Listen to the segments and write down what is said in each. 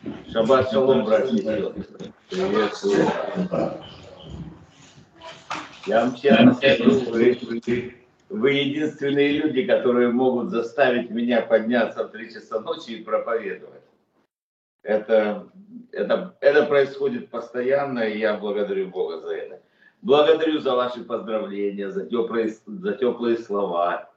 Шаббат шалом, братья и сестры. Приветствую вас. Я вам честно скажу, вы единственные люди, которые могут заставить меня подняться в 3 часа ночи и проповедовать. Это происходит постоянно, и я благодарю Бога за это. Благодарю за ваши поздравления, за теплые слова,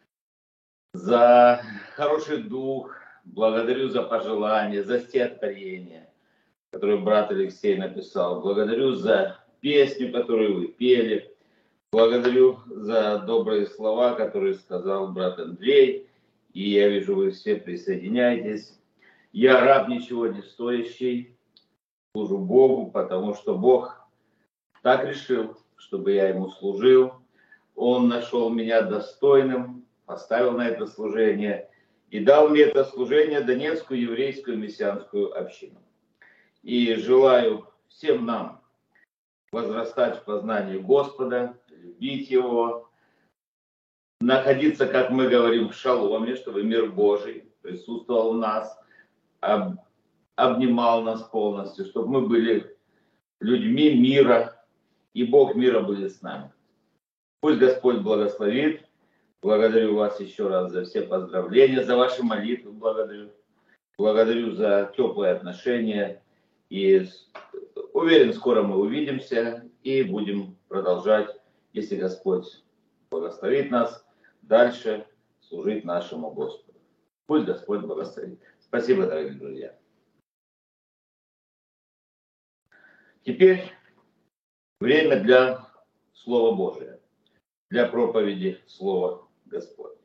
за хороший дух. Благодарю за пожелания, за стихотворение, которое брат Алексей написал. Благодарю за песню, которую вы пели. Благодарю за добрые слова, которые сказал брат Андрей. И я вижу, вы все присоединяетесь. Я раб ничего не стоящий, служу Богу, потому что Бог так решил, чтобы я Ему служил. Он нашел меня достойным, поставил на это служение и дал мне это служение Донецкую еврейскую мессианскую общину. И желаю всем нам возрастать в познании Господа, любить Его, находиться, как мы говорим, в шаломе, чтобы мир Божий присутствовал в нас, обнимал нас полностью, чтобы мы были людьми мира, и Бог мира будет с нами. Пусть Господь благословит. Благодарю вас еще раз за все поздравления, за ваши молитвы благодарю. Благодарю за теплые отношения. И уверен, скоро мы увидимся и будем продолжать, если Господь благословит нас, дальше служить нашему Господу. Пусть Господь благословит. Спасибо, дорогие друзья. Теперь время для Слова Божия, для проповеди Слова Господня.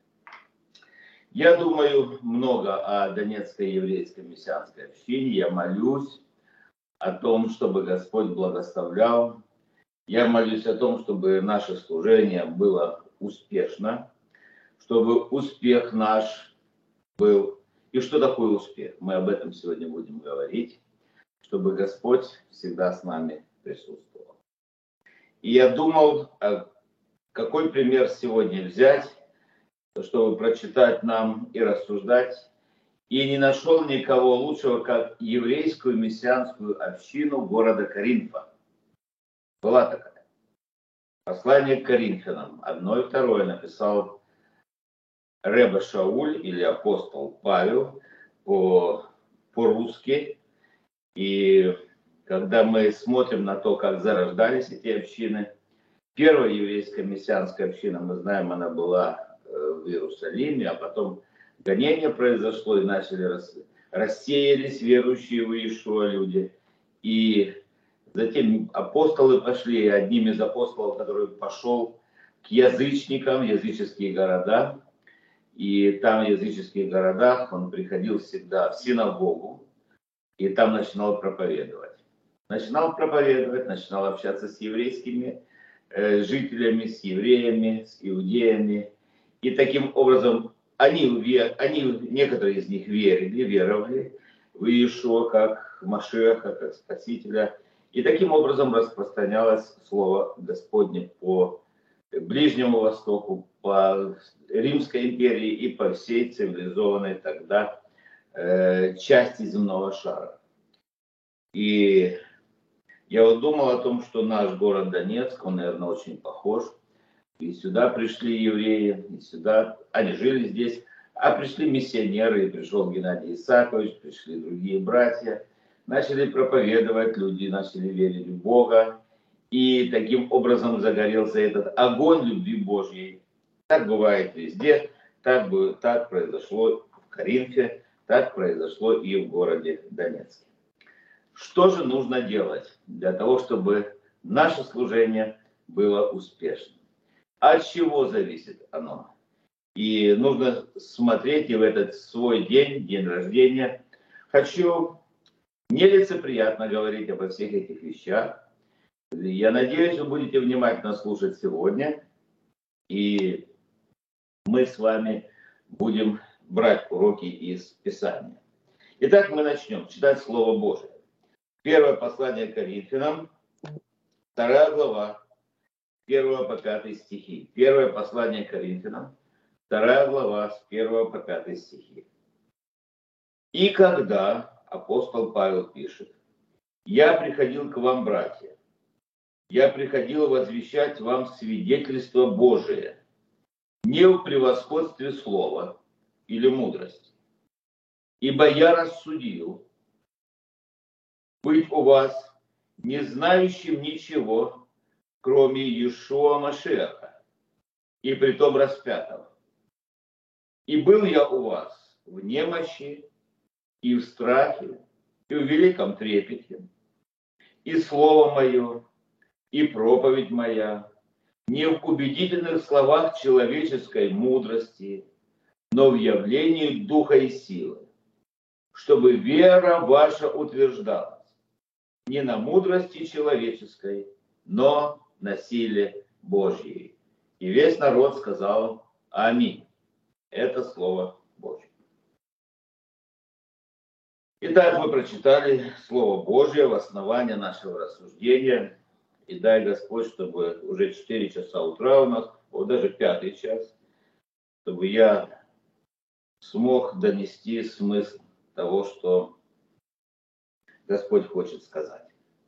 Я думаю много о Донецкой еврейской мессианской общине. Я молюсь о том, чтобы Господь благословлял. Я молюсь о том, чтобы наше служение было успешно, чтобы успех наш был. И что такое успех? Мы об этом сегодня будем говорить, чтобы Господь всегда с нами присутствовал. И я думал, какой пример сегодня взять, чтобы прочитать нам и рассуждать. И не нашел никого лучшего, как еврейскую мессианскую общину города Коринфа. Была такая. Послание к Коринфянам. 1 и 2 написал Ребе Шауль или апостол Павел по-русски. И когда мы смотрим на то, как зарождались эти общины, первая еврейская мессианская община, мы знаем, она была в Иерусалиме, а потом гонение произошло, и начали рассеялись верующие в Иешуа люди. И затем апостолы пошли, и одним из апостолов, который пошел к язычникам, языческие города, и там в языческих городах он приходил всегда в синагогу, и там начинал проповедовать. Начинал общаться с еврейскими жителями, с евреями, с иудеями. И таким образом некоторые из них веровали в Иешуа как Машиаха, как Спасителя. И таким образом распространялось Слово Господне по Ближнему Востоку, по Римской империи и по всей цивилизованной тогда части земного шара. И я вот думал о том, что наш город Донецк, он, наверное, очень похож. И сюда пришли евреи, и сюда, они жили здесь, а пришли миссионеры, и пришел Геннадий Исаакович, пришли другие братья, начали проповедовать, люди начали верить в Бога, и таким образом загорелся этот огонь любви Божьей. Так бывает везде, так произошло в Коринфе, так произошло и в городе Донецке. Что же нужно делать для того, чтобы наше служение было успешным? От чего зависит оно? И нужно смотреть и в этот свой день рождения. Хочу нелицеприятно говорить обо всех этих вещах. Я надеюсь, вы будете внимательно слушать сегодня. И мы с вами будем брать уроки из Писания. Итак, мы начнем читать Слово Божие. Первое послание к Коринфянам, 2 глава, 1 по 5 стихи. Первое послание к Коринфянам, 2 глава, с 1 по 5 стихи. «И когда апостол Павел пишет: «Я приходил к вам, братья, я приходил возвещать вам свидетельство Божие, не в превосходстве слова или мудрости, ибо я рассудил быть у вас не знающим ничего, кроме Иешуа Машиаха, и притом распятого. И был я у вас в немощи, и в страхе, и в великом трепете, и слово мое, и проповедь моя, не в убедительных словах человеческой мудрости, но в явлении духа и силы, чтобы вера ваша утверждалась не на мудрости человеческой, но на силе Божьей». И весь народ сказал аминь. Это Слово Божье. Итак, мы прочитали Слово Божье в основании нашего рассуждения. И дай Господь, чтобы уже 4 часа утра у нас, вот даже 5 час, чтобы я смог донести смысл того, что Господь хочет сказать.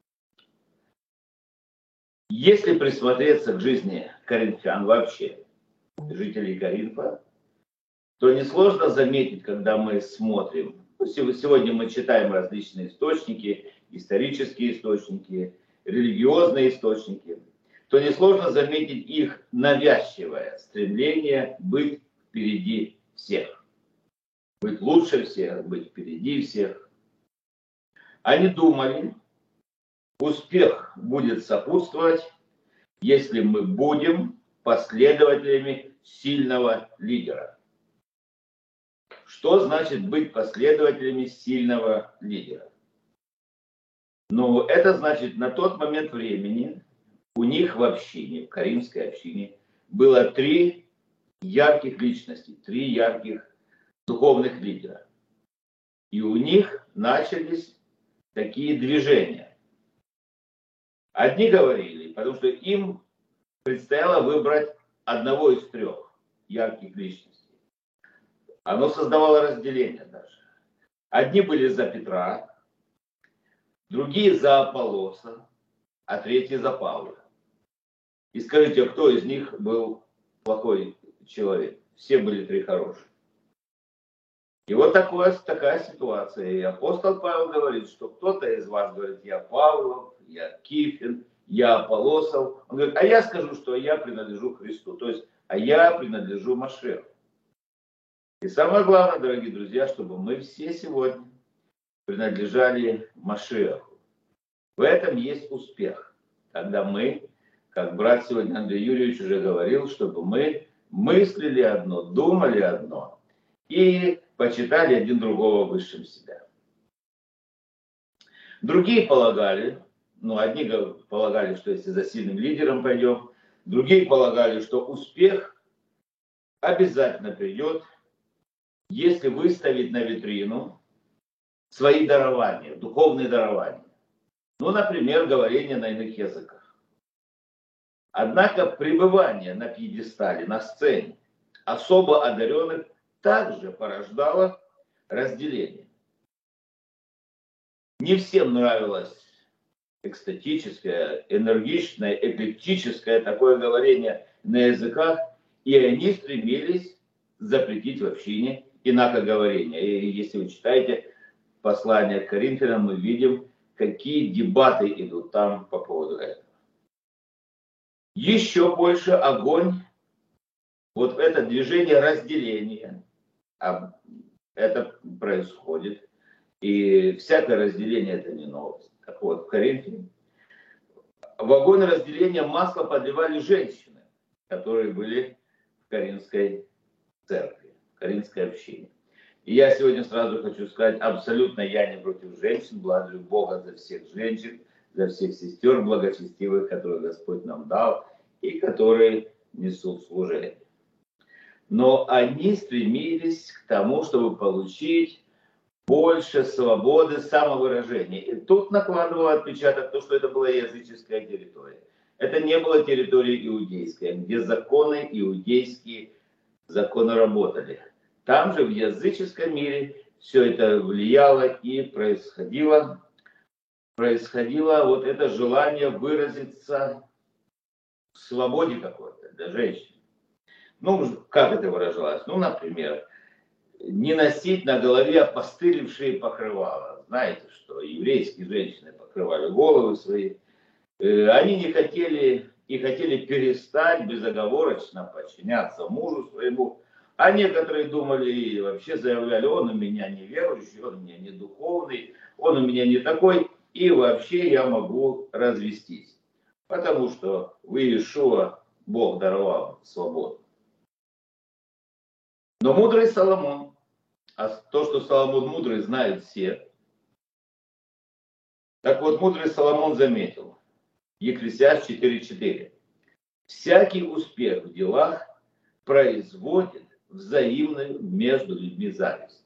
Если присмотреться к жизни коринфян вообще, жителей Коринфа, то несложно заметить, когда мы смотрим. Сегодня мы читаем различные источники, исторические источники, религиозные источники, то несложно заметить их навязчивое стремление быть впереди всех. Быть лучше всех, быть впереди всех. Они думали, успех будет сопутствовать, если мы будем последователями сильного лидера. Что значит быть последователями сильного лидера? Ну, это значит, на тот момент времени у них в общине, в Коринфской общине, было 3 ярких личности, 3 ярких духовных лидера. И у них начались такие движения. Одни говорили, потому что им предстояло выбрать одного из 3 ярких личностей. Оно создавало разделение даже. Одни были за Петра, другие за Аполлоса, а третьи за Павла. И скажите, кто из них был плохой человек? Все были 3 хорошие. И вот такая ситуация. И апостол Павел говорит, что кто-то из вас говорит: я Павлов, я Кифин, я Аполлосов. Он говорит: а я скажу, что я принадлежу Христу. То есть, а я принадлежу Машиаху. И самое главное, дорогие друзья, чтобы мы все сегодня принадлежали Машиаху. В этом есть успех. Когда мы, как брат сегодня Андрей Юрьевич уже говорил, чтобы мы мыслили одно, думали одно и почитали один другого высшим себя. Другие полагали, одни полагали, что если за сильным лидером пойдем, другие полагали, что успех обязательно придет, если выставить на витрину свои дарования, духовные дарования. Например, говорение на иных языках. Однако пребывание на пьедестале, на сцене особо одаренных также порождало разделение. Не всем нравилось экстатическое, энергичное, эклектическое такое говорение на языках, и они стремились запретить в общине инакоговорение. И если вы читаете послание к Коринфянам, мы видим, какие дебаты идут там по поводу этого. Еще больше огонь, вот это движение разделения, это происходит, и всякое разделение это не новость. Так вот, в Коринфе в огонь разделения масло подливали женщины, которые были в Коринфской церкви, в Коринфской общине. И я сегодня сразу хочу сказать, абсолютно я не против женщин, благодарю Бога за всех женщин, за всех сестер благочестивых, которые Господь нам дал и которые несут служение. Но они стремились к тому, чтобы получить больше свободы самовыражения. И тут накладывало отпечаток то, что это была языческая территория. Это не была территория иудейская, где законы иудейские, законы работали. Там же в языческом мире все это влияло и происходило вот это желание выразиться в свободе какой-то для женщин. Ну, как это выражалось? Ну, например, не носить на голове опостылевшие покрывала. Знаете, что еврейские женщины покрывали головы свои. Они не хотели и хотели перестать безоговорочно подчиняться мужу своему. А некоторые думали и вообще заявляли: он у меня не верующий, он у меня не духовный, он у меня не такой, и вообще я могу развестись. Потому что в Иешуа Бог даровал свободу. Но мудрый Соломон, а то, что Соломон мудрый, знают все. Так вот, мудрый Соломон заметил, Екклесиаст 4:4. Всякий успех в делах производит взаимную между людьми зависть.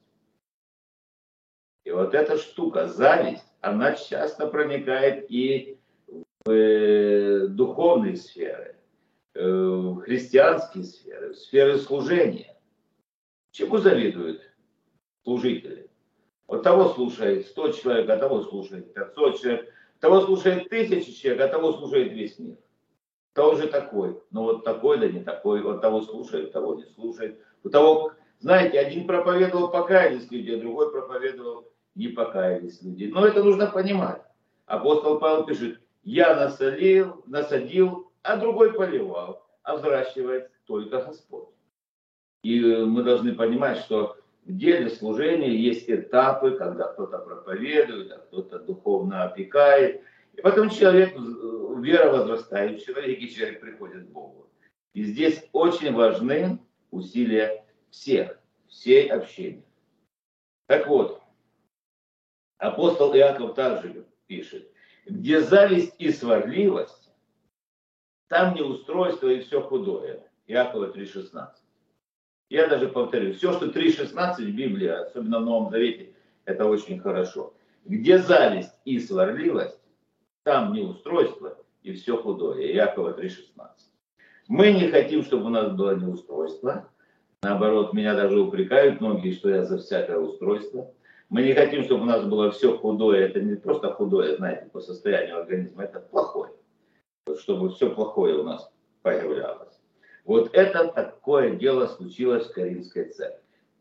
И вот эта штука, зависть, она часто проникает и в духовные сферы, в христианские сферы, в сферы служения. Чему завидуют служители? Вот того слушает 100 человек, а того слушает 500 человек, того слушает 1000 человек, а того слушает весь мир. Того же такой, но вот такой, да не такой, вот того слушает, того не слушает. У того, знаете, один проповедовал, покаялись люди, а другой проповедовал, не покаялись люди. Но это нужно понимать. Апостол Павел пишет: я насадил, а другой поливал, а взращивает только Господь. И мы должны понимать, что в деле служения есть этапы, когда кто-то проповедует, а кто-то духовно опекает. И потом вера возрастает в человеке, и человек приходит к Богу. И здесь очень важны усилия всей общины. Так вот, апостол Иаков также пишет: где зависть и сварливость, там неустройство и все худое. Иакова 3:16. Я даже повторю, все, что 3:16 в Библии, особенно в Новом Завете, это очень хорошо. Где зависть и сварливость, там неустройство и все худое. Иакова 3:16. Мы не хотим, чтобы у нас было неустройство. Наоборот, меня даже упрекают многие, что я за всякое устройство. Мы не хотим, чтобы у нас было все худое. Это не просто худое, знаете, по состоянию организма, это плохое. Чтобы все плохое у нас появлялось. Вот это такое дело случилось в Коринфской церкви.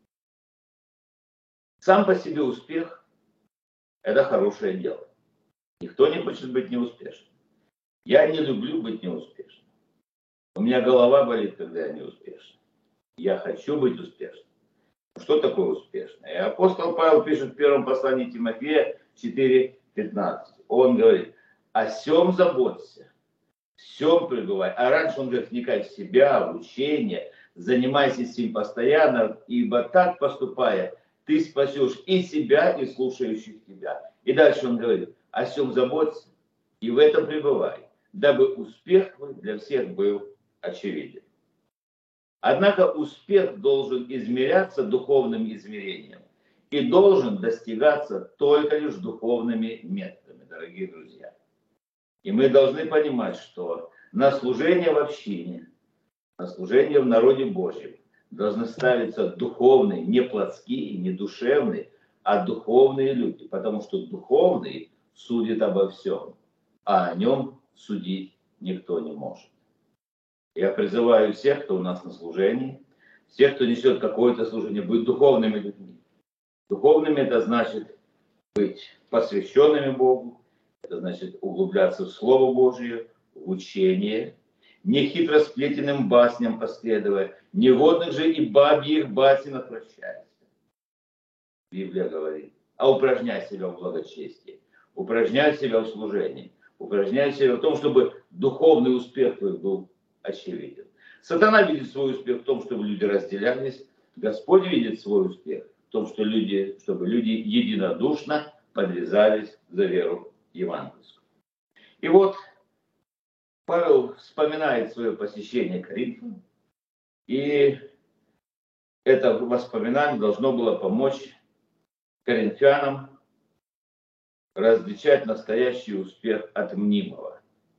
Сам по себе успех – это хорошее дело. Никто не хочет быть неуспешным. Я не люблю быть неуспешным. У меня голова болит, когда я неуспешный. Я хочу быть успешным. Что такое успешное? И апостол Павел пишет в первом послании Тимофея 4:15. Он говорит: о сем заботься, всем пребывай. А раньше он говорит: вникай в себя, в учение, занимайся этим постоянно, ибо так поступая, ты спасешь и себя, и слушающих тебя. И дальше он говорит: о сем заботься и в этом пребывай, дабы успех твой для всех был очевиден. Однако успех должен измеряться духовным измерением и должен достигаться только лишь духовными методами, дорогие друзья. И мы должны понимать, что на служение в общине, на служение в народе Божьем должны ставиться духовные, не плотские, не душевные, а духовные люди. Потому что духовный судит обо всем, а о нем судить никто не может. Я призываю всех, кто у нас на служении, всех, кто несет какое-то служение, быть духовными людьми. Духовными — это значит быть посвященными Богу, это значит углубляться в Слово Божие, в учение, не хитро сплетенным басням последуя, негодных же и бабьих басен отвращайся. Библия говорит: а упражняй себя в благочестии, упражняй себя в служении, упражняй себя в том, чтобы духовный успех твой был очевиден. Сатана видит свой успех в том, чтобы люди разделялись. Господь видит свой успех в том, чтобы люди единодушно подвязались за веру евангельскую. И вот Павел вспоминает свое посещение Коринфа, и это воспоминание должно было помочь коринфянам различать настоящий успех от мнимого.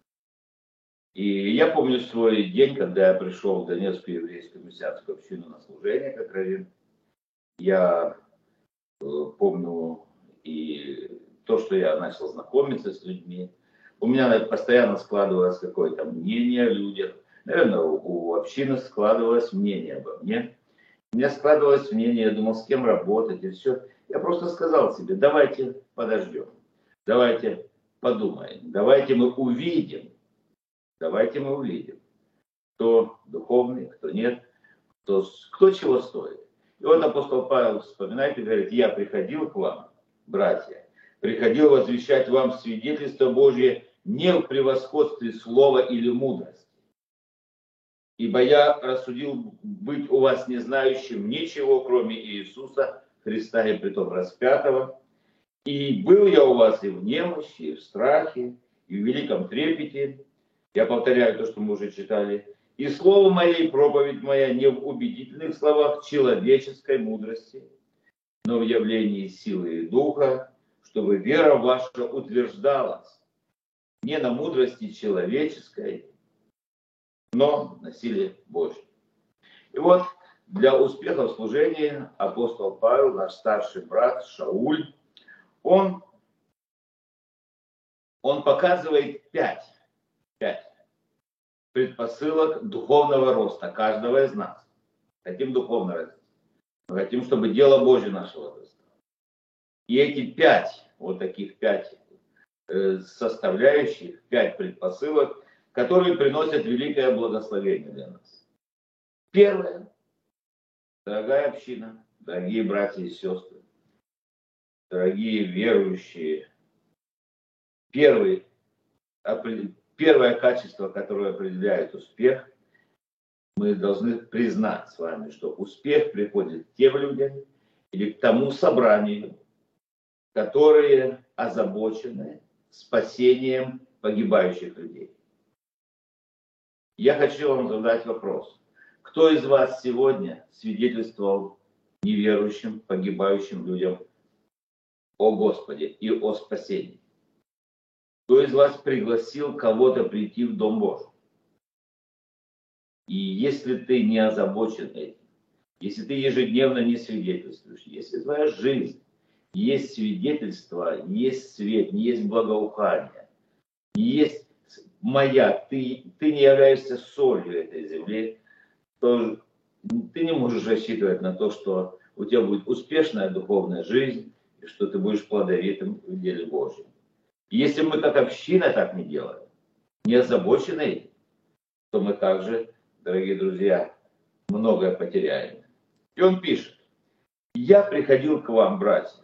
И я помню свой день, когда я пришел в Донецкую еврейскую мессианскую общину на служение как раввин. Я помню и то, что я начал знакомиться с людьми. У меня постоянно складывалось какое-то мнение о людях. Наверное, у общины складывалось мнение обо мне. У меня складывалось мнение, я думал, с кем работать и все. Я просто сказал себе, давайте подождем, давайте подумаем, давайте мы увидим, кто духовный, кто нет, кто чего стоит. И вот апостол Павел вспоминает и говорит, я приходил к вам, братья, приходил возвещать вам свидетельство Божье не в превосходстве слова или мудрости. Ибо я рассудил быть у вас не знающим ничего, кроме Иисуса Христа и притом распятого. И был я у вас и в немощи, и в страхе, и в великом трепете. Я повторяю то, что мы уже читали. И слово мое, и проповедь моя не в убедительных словах человеческой мудрости, но в явлении силы и духа, чтобы вера ваша утверждалась не на мудрости человеческой, но на силе Божьей. И вот для успеха в служении апостол Павел, наш старший брат Шауль, он показывает пять предпосылок духовного роста каждого из нас. Хотим духовно расти. Мы хотим, чтобы дело Божье нашего роста. И эти таких пять составляющих, 5 предпосылок, которые приносят великое благословение для нас. Первое, дорогая община, дорогие братья и сестры, дорогие верующие, первое качество, которое определяет успех, мы должны признать с вами, что успех приходит к тем людям или к тому собранию, которые озабочены спасением погибающих людей. Я хочу вам задать вопрос. Кто из вас сегодня свидетельствовал неверующим, погибающим людям о Господе и о спасении? Кто из вас пригласил кого-то прийти в Дом Божий? И если ты не озабочен этим, если ты ежедневно не свидетельствуешь, если твоя жизнь есть свидетельство, есть свет, есть благоухание, есть маяк, ты не являешься солью этой земли, то ты не можешь рассчитывать на то, что у тебя будет успешная духовная жизнь, и что ты будешь плодовитым в деле Божьем. И если мы как община так не делаем, не озабочены этим, то мы также, дорогие друзья, многое потеряем. И он пишет, я приходил к вам, братья.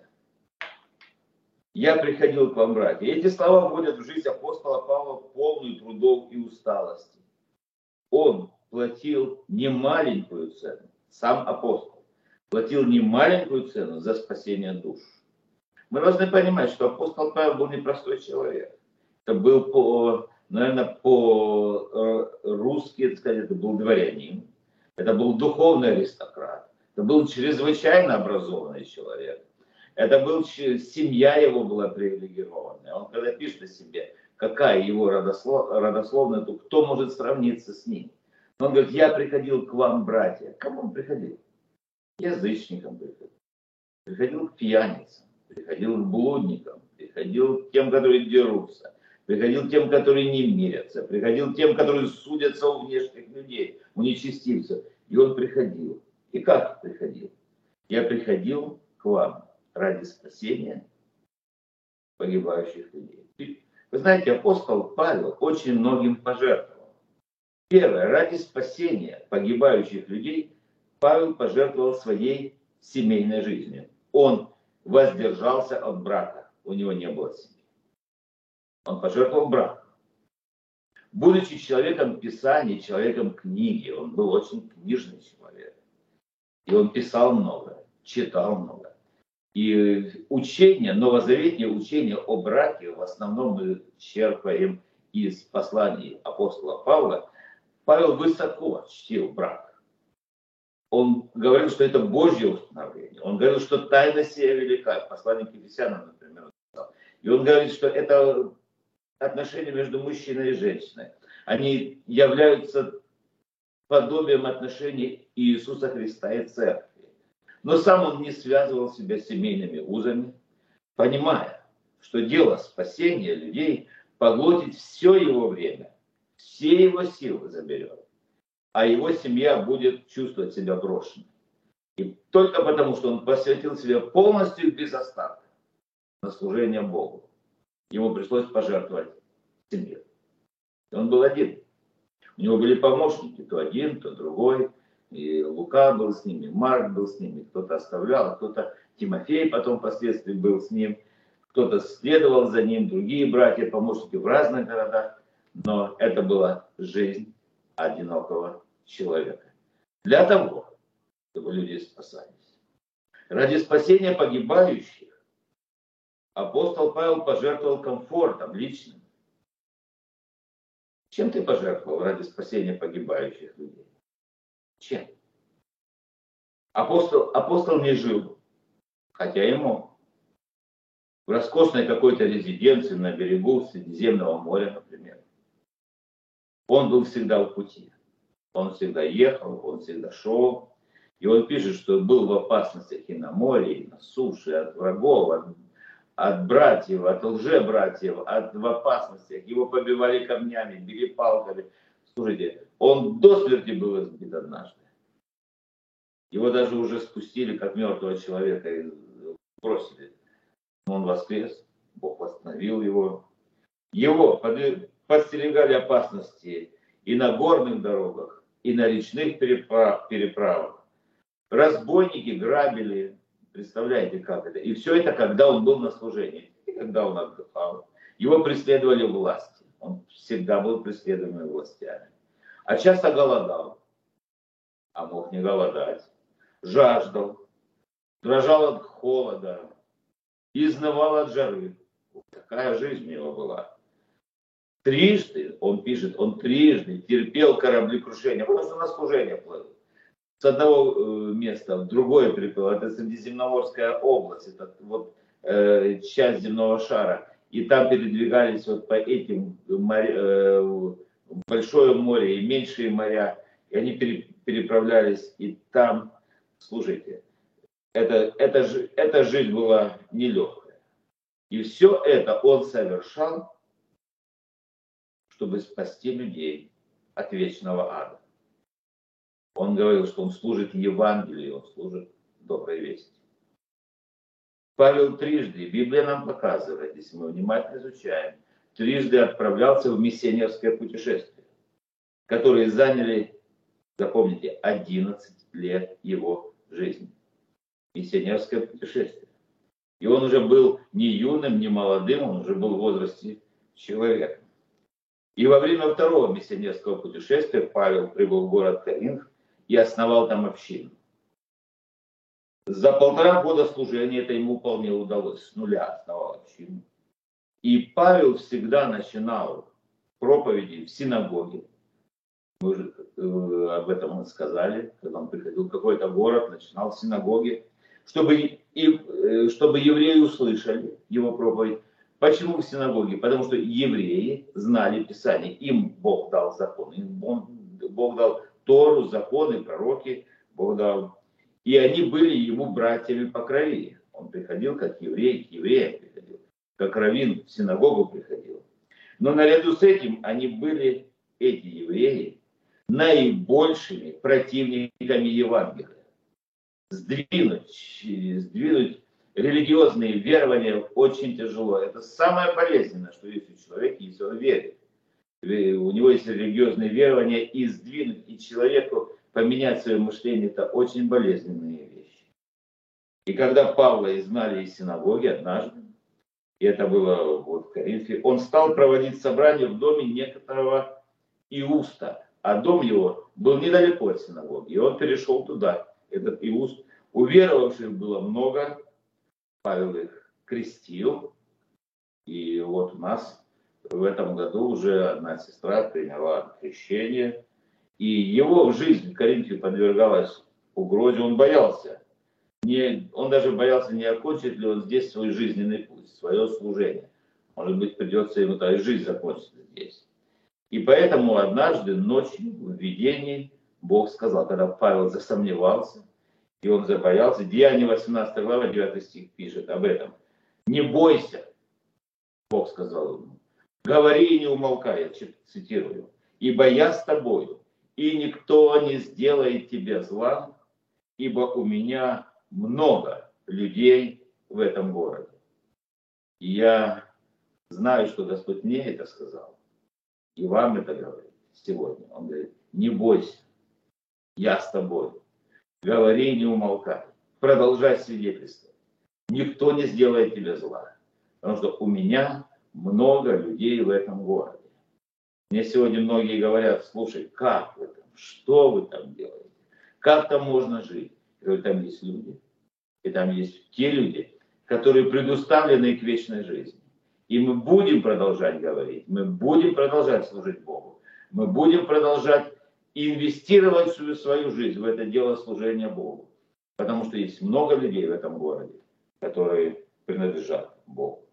Я приходил к вам, братья. И эти слова вводят в жизнь апостола Павла полную трудов и усталости. Он платил немаленькую цену, сам апостол платил немаленькую цену за спасение душ. Мы должны понимать, что апостол Павел был непростой человек. Это был, наверное, по-русски, так сказать, это был дворянин. Это был духовный аристократ. Это был чрезвычайно образованный человек. Это был, семья его была привилегированная. Он когда пишет о себе, какая его родословная, то кто может сравниться с ним? Он говорит, я приходил к вам, братья. К кому он приходил? Язычникам приходил. Приходил к пьяницам, приходил к блудникам, приходил к тем, которые дерутся, приходил к тем, которые не мирятся, приходил к тем, которые судятся у внешних людей, у нечестивцев. И он приходил. И как приходил? Я приходил к вам ради спасения погибающих людей. Вы знаете, апостол Павел очень многим пожертвовал. Первое, ради спасения погибающих людей Павел пожертвовал своей семейной жизнью. Он воздержался от брака, у него не было семьи. Он пожертвовал браком. Будучи человеком писания, человеком книги, он был очень книжный человек. И он писал много, читал много. И учение, новозаветнее учение о браке в основном мы черпаем из посланий апостола Павла. Павел высоко чтил брак. Он говорил, что это Божье установление. Он говорил, что тайна сия велика. Послание к Ефесянам, например. И он говорит, что это отношения между мужчиной и женщиной. Они являются подобием отношений Иисуса Христа и Церкви. Но сам он не связывал себя семейными узами, понимая, что дело спасения людей поглотит все его время, все его силы заберет, а его семья будет чувствовать себя брошенной. И только потому, что он посвятил себя полностью и без остатка на служение Богу, ему пришлось пожертвовать семьей. И он был один. У него были помощники, то один, то другой. И Лука был с ними, Марк был с ними, кто-то оставлял, кто-то Тимофей потом впоследствии был с ним, кто-то следовал за ним, другие братья, помощники в разных городах. Но это была жизнь одинокого человека. Для того, чтобы люди спасались. Ради спасения погибающих апостол Павел пожертвовал комфортом личным. Чем ты пожертвовал ради спасения погибающих людей? Чем? Апостол не жил, хотя и мог. В роскошной какой-то резиденции на берегу Средиземного моря, например. Он был всегда в пути. Он всегда ехал, он всегда шел. И он пишет, что был в опасностях и на море, и на суше, от врагов, от братьев, от лжебратьев, в опасностях. Его побивали камнями, били палками. Слушайте, он до смерти был избит однажды. Его даже уже спустили, как мертвого человека, и бросили. Но он воскрес, Бог восстановил его. Его подстерегали опасности и на горных дорогах, и на речных переправах. Разбойники грабили, представляете, как это. И все это, когда он был на служении, и когда он отдыхал. Его преследовали власти. Он всегда был преследуемый властями. А часто голодал, а мог не голодать. Жаждал, дрожал от холода, изнывал от жары. Такая жизнь у него была. Трижды, он пишет, он трижды терпел кораблекрушение, потому что на служение плыл. С одного места в другое переплыл. Это Средиземноморская область, это вот часть земного шара. И там передвигались вот по этим большое море и меньшие моря. И они переправлялись, и там, слушайте, эта жизнь была нелегкая. И все это он совершал, чтобы спасти людей от вечного ада. Он говорил, что он служит Евангелию, он служит доброй вести. Павел трижды, Библия нам показывает, если мы внимательно изучаем, трижды отправлялся в миссионерское путешествие, которые заняли, запомните, 11 лет его жизни. Миссионерское путешествие. И он уже был не юным, не молодым, он уже был в возрасте человека. И во время второго миссионерского путешествия Павел прибыл в город Коринф и основал там общину. За 1,5 года служения это ему вполне удалось. С нуля основал общину. И Павел всегда начинал проповеди в синагоге. Мы уже об этом сказали, когда он приходил в какой-то город, начинал в синагоге, чтобы евреи услышали его проповедь. Почему в синагоге? Потому что евреи знали Писание, им Бог дал закон, Бог дал Тору, законы, пророки, Бог дал. И они были ему братьями по крови. Он приходил как еврей, к евреям приходил, как раввин в синагогу приходил. Но наряду с этим они были, эти евреи, наибольшими противниками Евангелия. Сдвинуть религиозные верования очень тяжело. Это самое болезненное, что есть у человека, если он верит. У него есть религиозные верования, и сдвинуть, и человеку поменять свое мышление, это очень болезненные вещи. И когда Павла изгнали из синагоги однажды, и это было вот в Коринфе, он стал проводить собрание в доме некоторого Иуста, а дом его был недалеко от синагоги, и он перешел туда, этот Иуст. Уверовавших было много, Павел их крестил, и вот у нас в этом году уже одна сестра приняла крещение, и его жизнь в Коринфе подвергалась угрозе, он боялся. Он даже боялся, не окончит ли он здесь свой жизненный путь, свое служение. Может быть, придется ему жизнь закончить здесь. И поэтому однажды ночью в видении Бог сказал, когда Павел засомневался, И он забоялся. Деяние 18 глава, 9 стих пишет об этом. Не бойся, Бог сказал ему. Говори и не умолкай, я цитирую. Ибо я с тобою, и никто не сделает тебе зла, ибо у меня много людей в этом городе. И я знаю, что Господь мне это сказал, и вам это говорит сегодня. Он говорит, не бойся, я с тобой. Говори и не умолкай. Продолжай свидетельство. Никто не сделает тебе зла. Потому что у меня много людей в этом городе. Мне сегодня многие говорят, слушай, как вы там, что вы там делаете? Как там можно жить? Я говорю, там есть люди. И там есть те люди, которые предуставлены к вечной жизни. И мы будем продолжать говорить, мы будем продолжать служить Богу. Мы будем продолжать инвестировать свою жизнь в это дело служения Богу. Потому что есть много людей в этом городе, которые принадлежат Богу.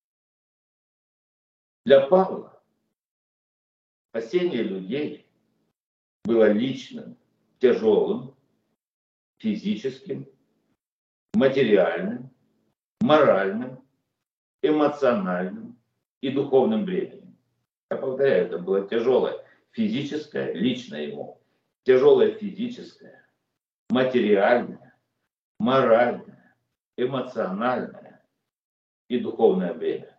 Для Павла спасение людей было личным, тяжелым, физическим, материальным, моральным, эмоциональным и духовным бременем. Я повторяю, это было тяжелое физическое, личное ему, тяжелое физическое, материальное, моральное, эмоциональное и духовное бремя.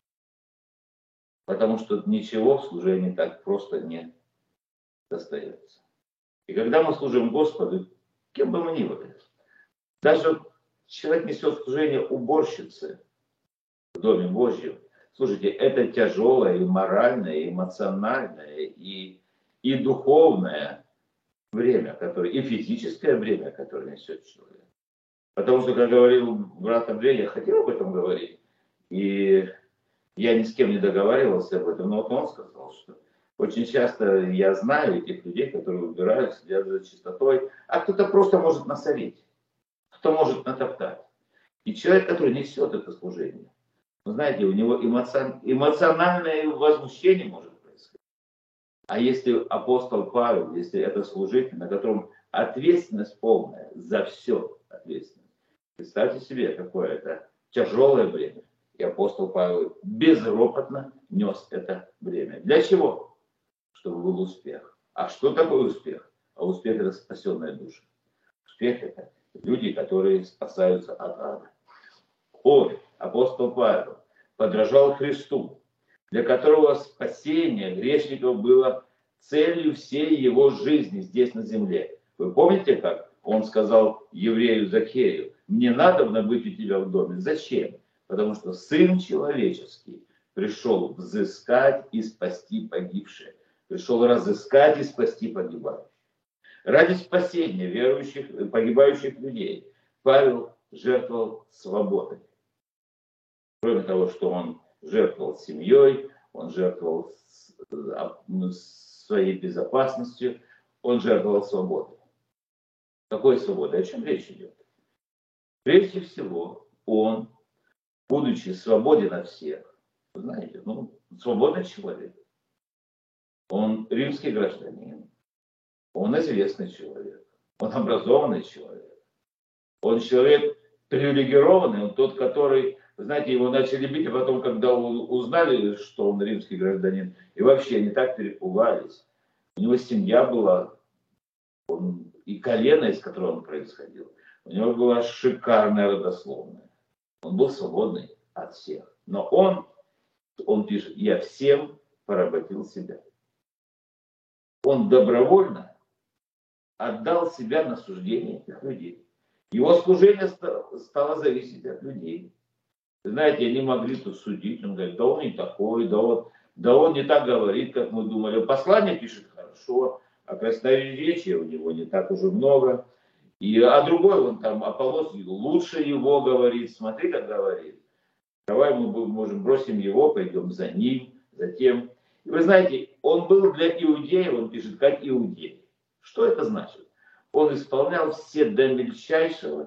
Потому что ничего в служении так просто не достается. И когда мы служим Господу, кем бы мы ни были, даже человек несет служение уборщицы в Доме Божьем, слушайте, это тяжелое и моральное, и эмоциональное, и духовное время, и физическое время, которое несет человек. Потому что, как говорил брат Андрей, я хотел об этом говорить, и я ни с кем не договаривался об этом, но вот он сказал, что очень часто я знаю этих людей, которые выбирают, следят за чистотой, а кто-то просто может насолить, кто может натоптать. И человек, который несет это служение, вы знаете, у него эмоциональное возмущение может происходить. А если апостол Павел, если это служитель, на котором ответственность полная за все ответственность, представьте себе, какое это тяжелое бремя. И апостол Павел безропотно нес это бремя. Для чего? Чтобы был успех. А что такое успех? А успех – это спасенная душа. Успех – это люди, которые спасаются от ада. Он, апостол Павел, подражал Христу, для которого спасение грешников было целью всей его жизни здесь на земле. Вы помните, как он сказал еврею Закхею, «Мне надобно быть у тебя в доме». Зачем? Потому что Сын Человеческий пришел взыскать и спасти погибшие. Пришел разыскать и спасти погибающих. Ради спасения верующих, погибающих людей Павел жертвовал свободой. Кроме того, что он жертвовал семьей, он жертвовал своей безопасностью, он жертвовал свободой. Какой свободой? О чем речь идет? Прежде всего, он, будучи свободен от всех, вы знаете, свободный человек. Он римский гражданин, он известный человек, он образованный человек, он человек привилегированный, он тот, который, вы знаете, его начали бить, а потом, когда узнали, что он римский гражданин, и вообще они так перепугались. У него семья была, и колено, из которого он происходил, у него была шикарная родословная. Он был свободный от всех. Но он пишет, я всем поработил себя. Он добровольно отдал себя на суждение этих людей. Его служение стало зависеть от людей. Вы знаете, они могли тут судить, он говорит, да он не такой, да он не так говорит, как мы думали. Послание пишет хорошо, а красноречия у него не так уже много. А другой, он там, Аполлос, лучше его говорит, смотри, как говорит. Давай мы можем бросим его, пойдем за ним, за тем. И вы знаете, он был для иудеев, он пишет, как иудей. Что это значит? Он исполнял все до мельчайшей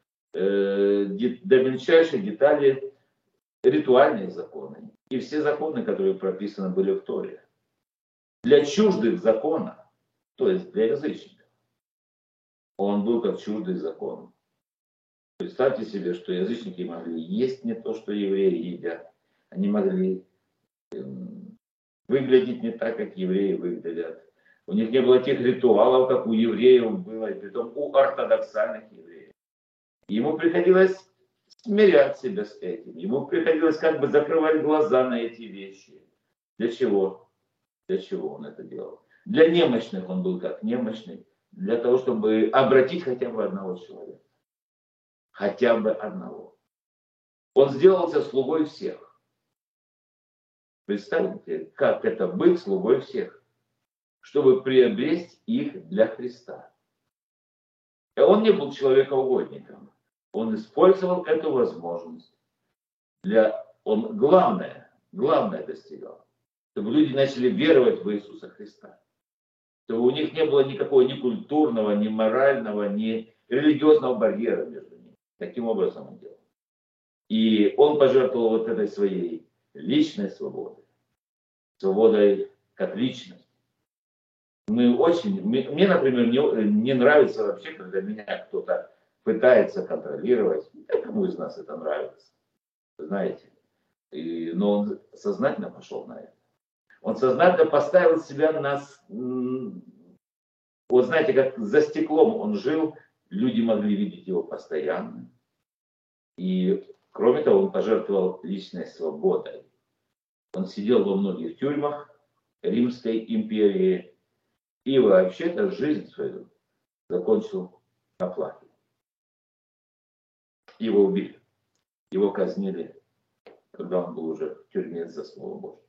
детали ритуальные законы. И все законы, которые прописаны были в Торе. Для чуждых законов, то есть для язычников, он был как чуждый закону. Представьте себе, что язычники могли есть не то, что евреи едят. Они могли выглядеть не так, как евреи выглядят. У них не было тех ритуалов, как у евреев было, и притом у ортодоксальных евреев. Ему приходилось смирять себя с этим. Ему приходилось как бы закрывать глаза на эти вещи. Для чего? Для чего он это делал? Для немощных он был как немощный. Для того, чтобы обратить хотя бы одного человека. Хотя бы одного. Он сделался слугой всех. Представьте, как это быть слугой всех, чтобы приобрести их для Христа. И он не был человекоугодником. Он использовал эту возможность. Он главное достигал. Чтобы люди начали веровать в Иисуса Христа. Чтобы у них не было никакого ни культурного, ни морального, ни религиозного барьера между ними. Таким образом он делал. И он пожертвовал вот этой своей личной свободой. Свободой как личность. Мне, например, не нравится вообще, когда меня кто-то пытается контролировать. Кому из нас это нравится? Знаете. Но он сознательно пошел на это. Он сознательно поставил себя вот знаете, как за стеклом он жил, люди могли видеть его постоянно. И кроме того, он пожертвовал личной свободой. Он сидел во многих тюрьмах Римской империи и вообще-то жизнь свою закончил на плахе. Его убили, его казнили, когда он был уже в тюрьме за Слово Божье.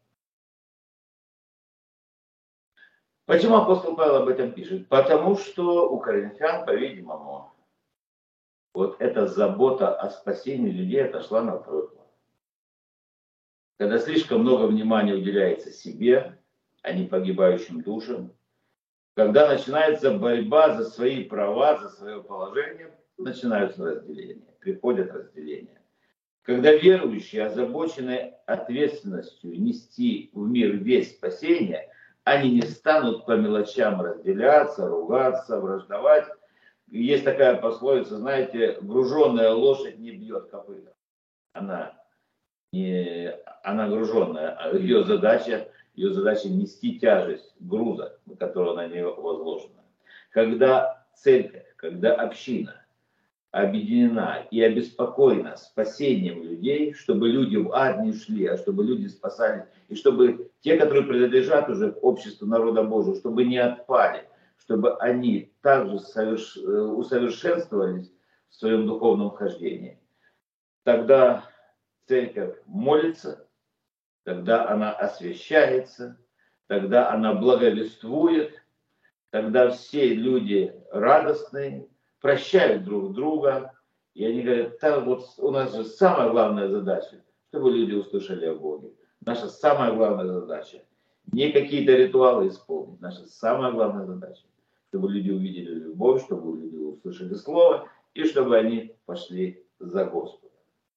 Почему апостол Павел об этом пишет? Потому что у коринфян, по-видимому, вот эта забота о спасении людей отошла на второй план. Когда слишком много внимания уделяется себе, а не погибающим душам, когда начинается борьба за свои права, за свое положение, начинаются разделения, приходят разделения. Когда верующие, озабоченные ответственностью нести в мир весть спасения, они не станут по мелочам разделяться, ругаться, враждовать. Есть такая пословица, знаете, груженная лошадь не бьет копытом. Она груженная, а ее задача нести тяжесть груза, которая на нее возложена. Когда церковь, когда община объединена и обеспокоена спасением людей, чтобы люди в ад не шли, а чтобы люди спасались, и чтобы те, которые принадлежат уже к обществу народа Божьего, чтобы не отпали, чтобы они также усовершенствовались в своем духовном хождении. Тогда церковь молится, тогда она освящается, тогда она благовествует, тогда все люди радостные, прощают друг друга, и они говорят, да, вот у нас же самая главная задача, чтобы люди услышали о Боге. Наша самая главная задача не какие-то ритуалы исполнить, наша самая главная задача, чтобы люди увидели любовь, чтобы люди услышали Слово, и чтобы они пошли за Господом.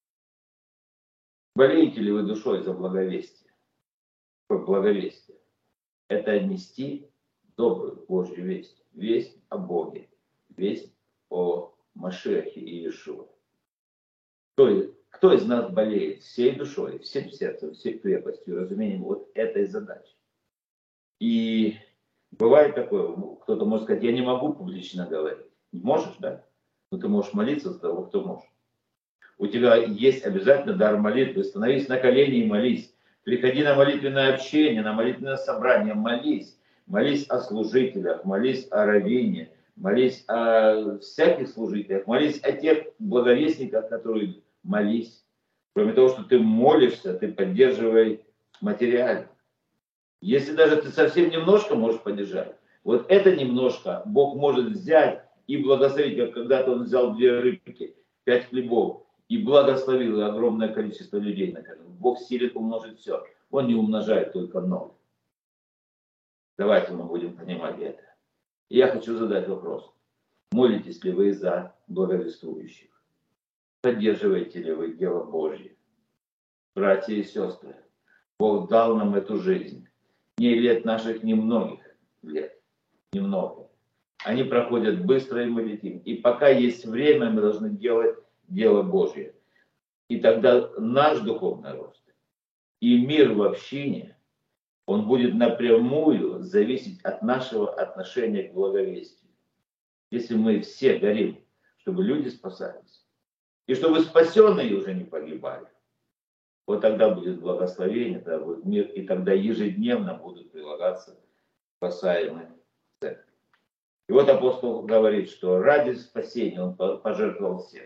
Болеете ли вы душой за благовестие? Благовестие – это нести добрую Божью весть, весть о Боге, весть о Машиахе и Иешуа. Кто из нас болеет всей душой, всем сердцем, всей крепостью, разумением вот этой задачи? И бывает такое, кто-то может сказать, я не могу публично говорить. Не можешь, да? Но ты можешь молиться за того, кто может. У тебя есть обязательно дар молитвы. Становись на колени и молись. Приходи на молитвенное общение, на молитвенное собрание, молись. Молись о служителях, молись о раввине, молись о всяких служителях, молись о тех благовестниках, которые молись. Кроме того, что ты молишься, ты поддерживай материально. Если даже ты совсем немножко можешь поддержать, вот это немножко Бог может взять и благословить, как когда-то Он взял 2 рыбки, 5 хлебов, и благословил и огромное количество людей накормил. Бог силит умножить все. Он не умножает только 0. Давайте мы будем понимать это. И я хочу задать вопрос. Молитесь ли вы за благовествующих? Поддерживаете ли вы дело Божье? Братья и сестры, Бог дал нам эту жизнь. Не лет наших немногих лет. Немного. Они проходят быстро, и мы летим. И пока есть время, мы должны делать дело Божье. И тогда наш духовный рост и мир в общине, он будет напрямую зависеть от нашего отношения к благовестию. Если мы все горим, чтобы люди спасались, и чтобы спасенные уже не погибали, вот тогда будет благословение, тогда будет мир, и тогда ежедневно будут прилагаться спасаемые церкви. И вот апостол говорит, что ради спасения он пожертвовал всем.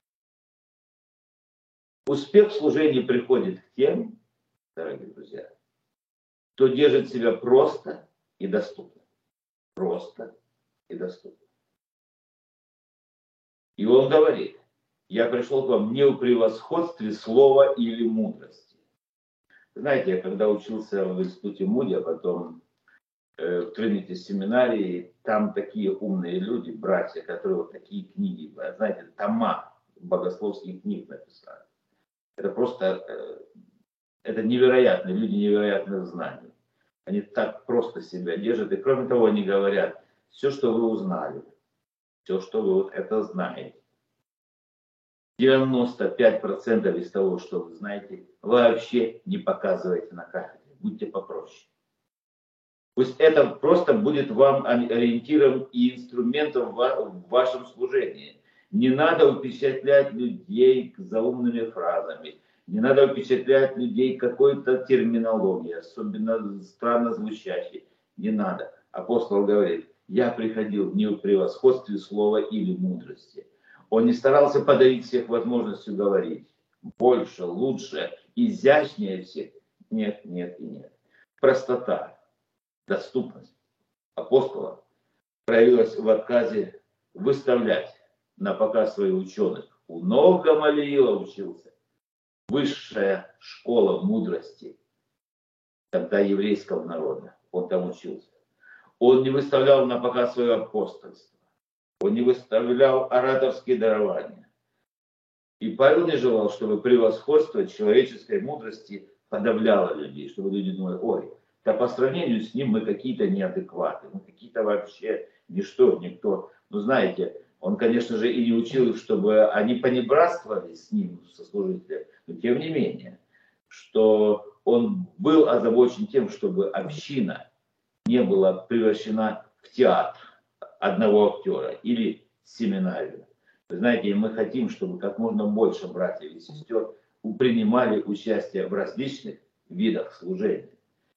Успех в служении приходит к тем, дорогие друзья, кто держит себя просто и доступно. Просто и доступно. И он говорит, я пришел к вам не в превосходстве слова или мудрости. Знаете, я когда учился в институте Муди, а потом в Тринити семинарии, там такие умные люди, братья, которые вот такие книги, знаете, тома богословских книг написали. Это просто, это невероятно, люди невероятных знаний. Они так просто себя держат, и кроме того, они говорят, все, что вы узнали, все, что вы вот это знаете, 95% из того, что вы знаете, вообще не показываете на кафедре. Будьте попроще. Пусть это просто будет вам ориентиром и инструментом в вашем служении. Не надо впечатлять людей заумными фразами. Не надо впечатлять людей какой-то терминологией, особенно странно звучащей. Не надо. Апостол говорит, я приходил не в превосходстве слова или мудрости. Он не старался подавить всех возможностью говорить. Больше, лучше, изящнее всех. Нет, нет и нет. Простота, доступность апостола проявилась в отказе выставлять на показ своих ученых. У ног Гамалиила учился. Высшая школа мудрости тогда еврейского народа. Он там учился. Он не выставлял на показ свое апостольство. Он не выставлял ораторские дарования. И Павел не желал, чтобы превосходство человеческой мудрости подавляло людей, чтобы люди думали, ой, да по сравнению с ним мы какие-то неадекваты, мы какие-то вообще ничто, никто. Ну знаете, он, конечно же, и не учил их, чтобы они понебратствовали с ним, со служителем, но тем не менее, что он был озабочен тем, чтобы община не была превращена в театр одного актера или семинарию. Вы знаете, мы хотим, чтобы как можно больше братьев и сестер принимали участие в различных видах служения.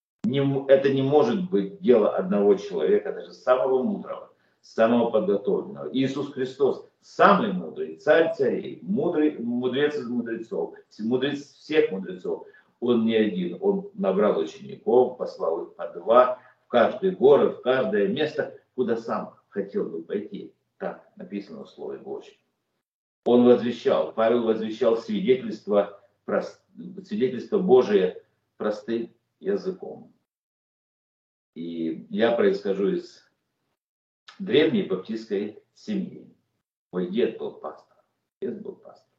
Это не может быть дело одного человека, даже самого мудрого, самого подготовленного. Иисус Христос самый мудрый, царь царей, мудрец из мудрецов, мудрец всех мудрецов. Он не один, он набрал учеников, послал их по два в каждый город, в каждое место, куда сам хотел бы пойти. Так написано в Слове Божьем. Он возвещал, Павел возвещал свидетельство Божие простым языком. И я происхожу из древней баптистской семьи. Мой дед был пастор, отец был пастор.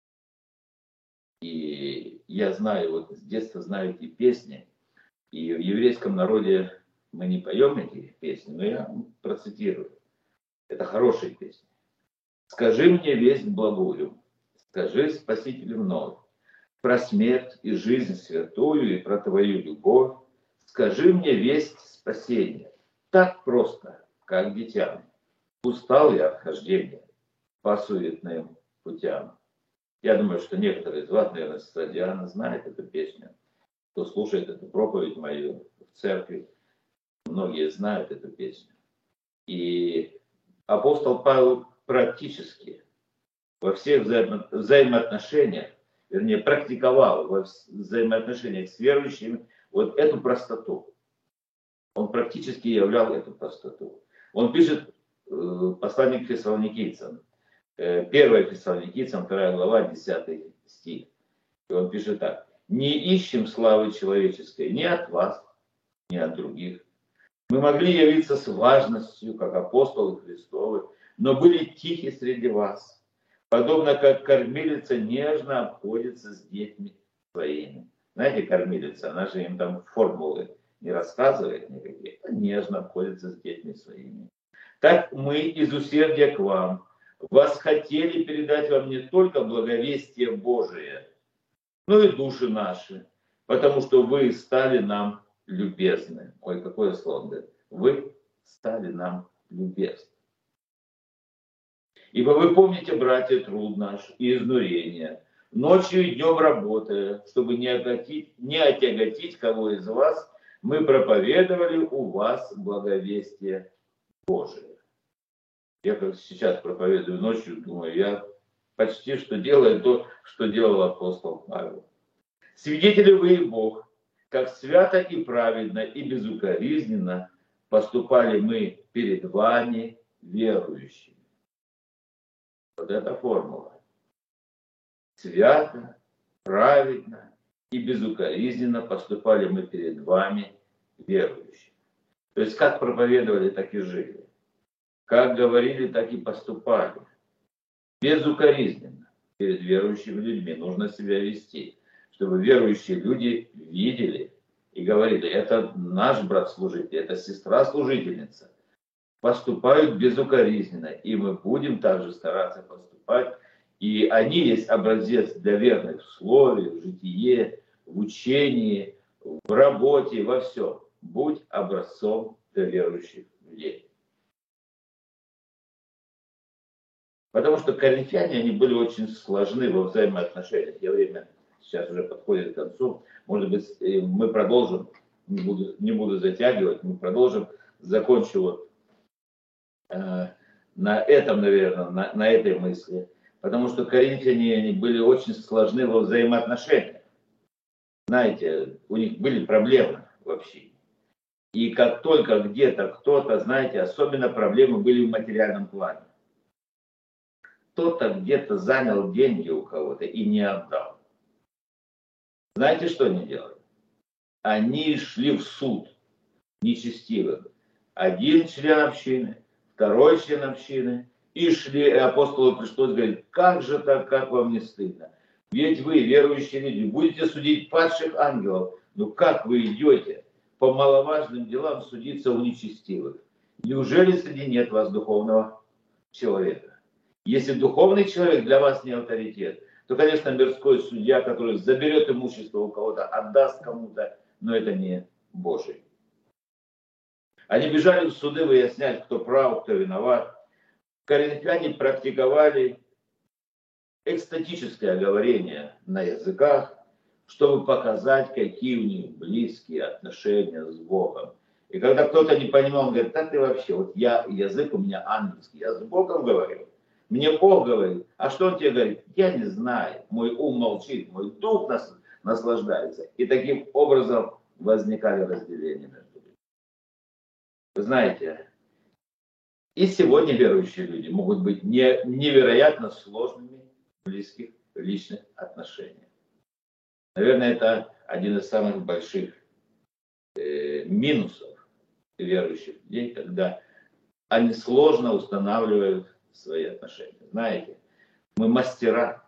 И я знаю, вот с детства знаю эти песни. И в еврейском народе мы не поем эти песни, но я процитирую. Это хорошие песни. «Скажи мне весть благую, скажи Спасителю вновь, про смерть и жизнь святую и про твою любовь. Скажи мне весть спасения, так просто, как дитям. Устал я от хождения по суетным путям». Я думаю, что некоторые из вас, наверное, сестра Диана, знают эту песню. Кто слушает эту проповедь мою в церкви, многие знают эту песню. И апостол Павел практически во всех взаимоотношениях, вернее, практиковал во взаимоотношениях с верующими вот эту простоту. Он практически являл эту простоту. Он пишет послание к фессалоникийцам, 1 Фессалоникийцам, 2 глава, 10 стих. И он пишет так. «Не ищем славы человеческой ни от вас, ни от других. Мы могли явиться с важностью, как апостолы Христовы, но были тихи среди вас, подобно как кормилица нежно обходится с детьми своими». Знаете, кормилица, она же им там формулы не рассказывает никакие, а нежно обходится с детьми своими. Так мы из усердия к вам восхотели передать вам не только благовестие Божие, но и души наши, потому что вы стали нам любезны. Ой, какое слово говорит. Вы стали нам любезны. Ибо вы помните, братья, труд наш и изнурение, ночью и днем работая, чтобы не отяготить кого из вас, мы проповедовали у вас благовестие Божие. Я как сейчас проповедую ночью, думаю, я почти что делаю то, что делал апостол Павел. Свидетели вы и Бог, как свято и праведно и безукоризненно поступали мы перед вами, верующими. Вот эта формула. Свято, праведно и безукоризненно поступали мы перед вами, верующими. То есть как проповедовали, так и жили. Как говорили, так и поступали. Безукоризненно перед верующими людьми нужно себя вести, чтобы верующие люди видели и говорили, это наш брат-служитель, это сестра-служительница. Поступают безукоризненно, и мы будем также стараться поступать. И они есть образец для верных в слове, в житие, в учении, в работе, во всем. Будь образцом для верующих людей. Потому что коринфяне, они были очень сложны во взаимоотношениях. Я время сейчас уже подходит к концу. Может быть, мы продолжим, не буду затягивать, мы продолжим, закончу вот на этом, наверное, на этой мысли. Потому что коринфяне, они были очень сложны во взаимоотношениях. Знаете, у них были проблемы в общении. И как только где-то кто-то, знаете, особенно проблемы были в материальном плане. Кто-то где-то занял деньги у кого-то и не отдал. Знаете, что они делали? Они шли в суд нечестивых. Один член общины, второй член общины, и шли, и апостолу пришлось говорить, как же так, как вам не стыдно? Ведь вы, верующие люди, будете судить падших ангелов. Ну как вы идете по маловажным делам судиться у нечестивых? Неужели среди нет вас духовного человека? Если духовный человек для вас не авторитет, то, конечно, мирской судья, который заберет имущество у кого-то, отдаст кому-то, но это не Божий. Они бежали в суды выяснять, кто прав, кто виноват. Коринфяне практиковали экстатическое говорение на языках, чтобы показать, какие у них близкие отношения с Богом. И когда кто-то не понимал, он говорит, да ты вообще, вот язык у меня ангельский, я с Богом говорю. Мне Бог говорит, а что он тебе говорит? Я не знаю, мой ум молчит, мой дух наслаждается. И таким образом возникали разделения между людьми. Вы знаете, и сегодня верующие люди могут быть невероятно сложными в близких личных отношениях. Наверное, это один из самых больших минусов верующих людей, когда они сложно устанавливают свои отношения. Знаете, мы мастера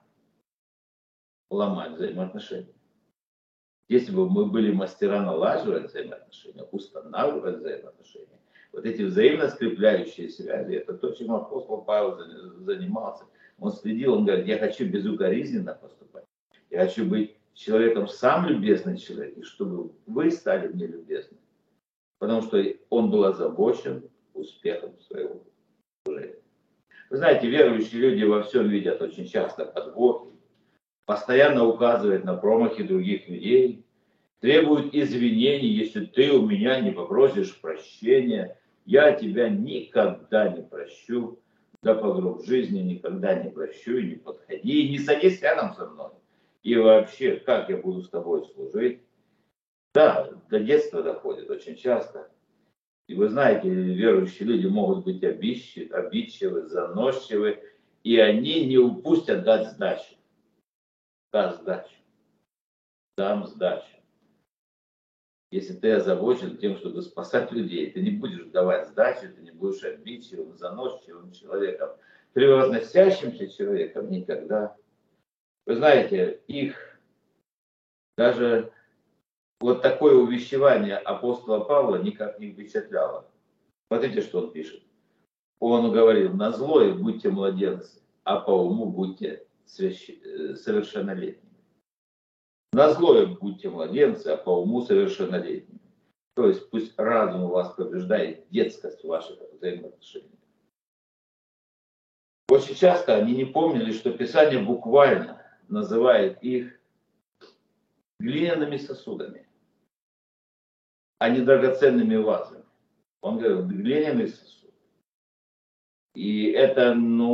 ломать взаимоотношения. Если бы мы были мастера налаживать взаимоотношения, устанавливать взаимоотношения, вот эти взаимно скрепляющие связи, это то, чем апостол Павел занимался. Он следил, он говорит, я хочу безукоризненно поступать. Я хочу быть человеком, сам любезный человек, и чтобы вы стали мне любезны. Потому что он был озабочен успехом своего служения. Вы знаете, верующие люди во всем видят очень часто подвохи, постоянно указывают на промахи других людей, требуют извинений, если ты у меня не попросишь прощения, я тебя никогда не прощу, до погроб жизни никогда не прощу, и не подходи, и не садись рядом со мной. И вообще, как я буду с тобой служить? Да, до детства доходит очень часто. И вы знаете, верующие люди могут быть обидчивы, заносчивы, и они не упустят дать сдачу. Да, сдачу. Дам сдачу. Если ты озабочен тем, чтобы спасать людей, ты не будешь давать сдачу, ты не будешь обидчивым, заносчивым человеком, превозносящимся человеком никогда. Вы знаете, их даже вот такое увещевание апостола Павла никак не впечатляло. Смотрите, что он пишет. Он говорил: на злое будьте младенцы, а по уму будьте совершеннолетними. На злое будьте младенцы, а по уму совершеннолетними. То есть пусть разум у вас побеждает детскость в ваших взаимоотношениях. Очень часто они не помнили, что Писание буквально называет их глиняными сосудами, а не драгоценными вазами. Он говорит: глиняный сосуд. И это,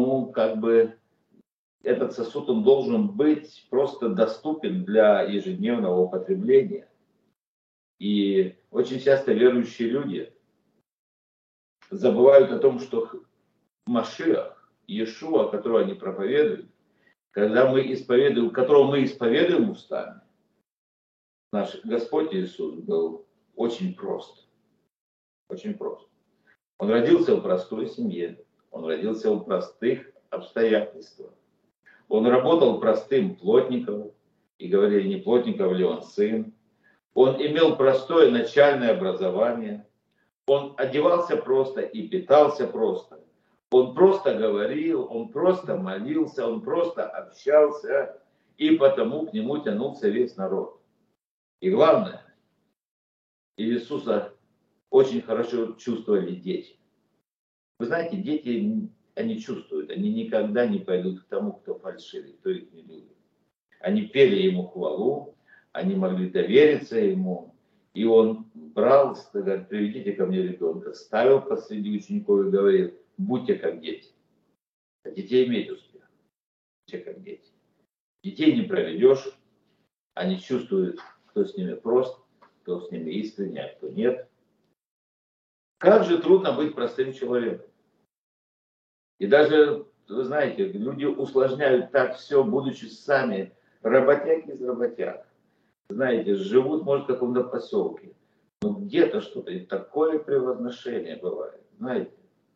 этот сосуд, он должен быть просто доступен для ежедневного употребления. И очень часто верующие люди забывают о том, что Машиах, Иешуа, которого они проповедуют, которого мы исповедуем устами, наш Господь Иисус был очень прост. Очень прост. Он родился в простой семье, он родился в простых обстоятельствах. Он работал простым плотником, и говорили, не плотников ли он сын. Он имел простое начальное образование. Он одевался просто и питался просто. Он просто говорил, он просто молился, он просто общался, и потому к нему тянулся весь народ. И главное, Иисуса очень хорошо чувствовали дети. Вы знаете, дети, они чувствуют, они никогда не пойдут к тому, кто фальшивит, кто их не любит. Они пели ему хвалу, они могли довериться ему, и он брал, говорит: приведите ко мне ребенка, ставил посреди учеников и говорил: будьте как дети. А детей иметь успех. Будьте как дети. Детей не проведешь, они чувствуют, кто с ними прост, кто с ними искренне, а кто нет. Как же трудно быть простым человеком. И даже, вы знаете, люди усложняют так все, будучи сами работяги из работяг. Знаете, живут, может, в каком-то поселке. Но где-то что-то, и такое превозношение бывает, знаете.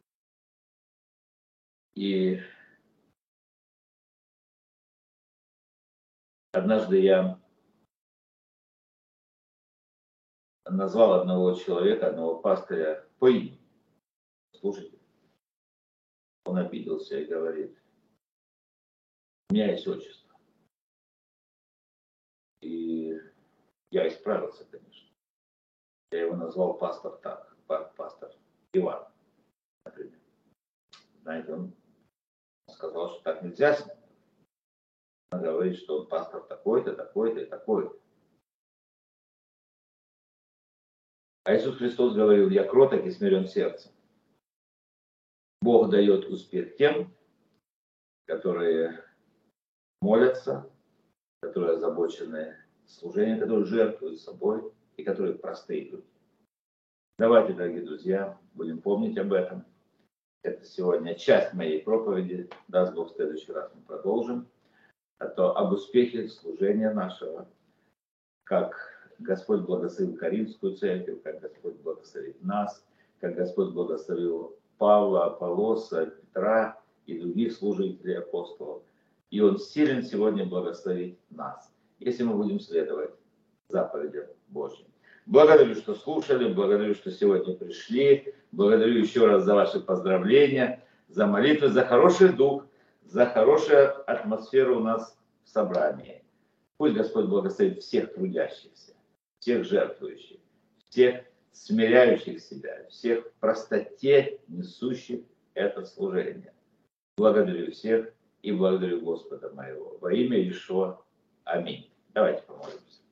И однажды я назвал одного человека, одного пастыря по имени. Слушайте, он обиделся и говорит: у меня есть отчество. И я исправился, конечно. Я его назвал пастор так, пастор Иван, например. Знаете, он сказал, что так нельзя. Он говорит, что он пастор такой-то, такой-то и такой-то. А Иисус Христос говорил: я кроток и смирен сердцем. Бог дает успех тем, которые молятся, которые озабочены служением, которые жертвуют собой и которые простые люди. Давайте, дорогие друзья, будем помнить об этом. Это сегодня часть моей проповеди. Даст Бог, в следующий раз мы продолжим. А то об успехе служения нашего, как Господь благословил Каримскую церковь, как Господь благословит нас, как Господь благословил Павла, Аполлоса, Петра и других служителей апостолов. И Он силен сегодня благословить нас, если мы будем следовать заповедям Божьим. Благодарю, что слушали, благодарю, что сегодня пришли, благодарю еще раз за ваши поздравления, за молитвы, за хороший дух, за хорошую атмосферу у нас в собрании. Пусть Господь благословит всех трудящихся, всех жертвующих, всех смиряющих себя, всех в простоте несущих это служение. Благодарю всех и благодарю Господа моего. Во имя Иешуа. Аминь. Давайте помолимся.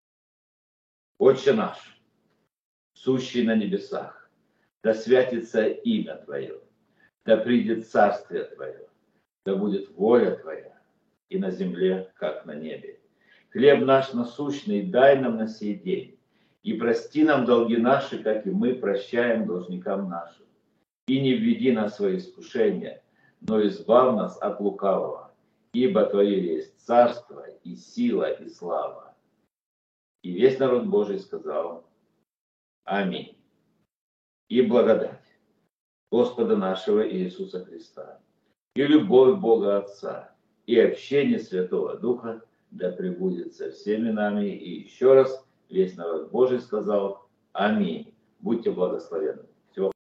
Отче наш, сущий на небесах, да святится имя Твое, да придет царствие Твое, да будет воля Твоя и на земле, как на небе. Хлеб наш насущный дай нам на сей день, и прости нам долги наши, как и мы прощаем должникам нашим. И не введи нас в свои искушения, но избавь нас от лукавого, ибо Твое есть царство, и сила, и слава. И весь народ Божий сказал: аминь. И благодать Господа нашего Иисуса Христа, и любовь Бога Отца, и общение Святого Духа да пребудет со всеми нами. И еще раз весь народ Божий сказал: аминь. Будьте благословенны. Всего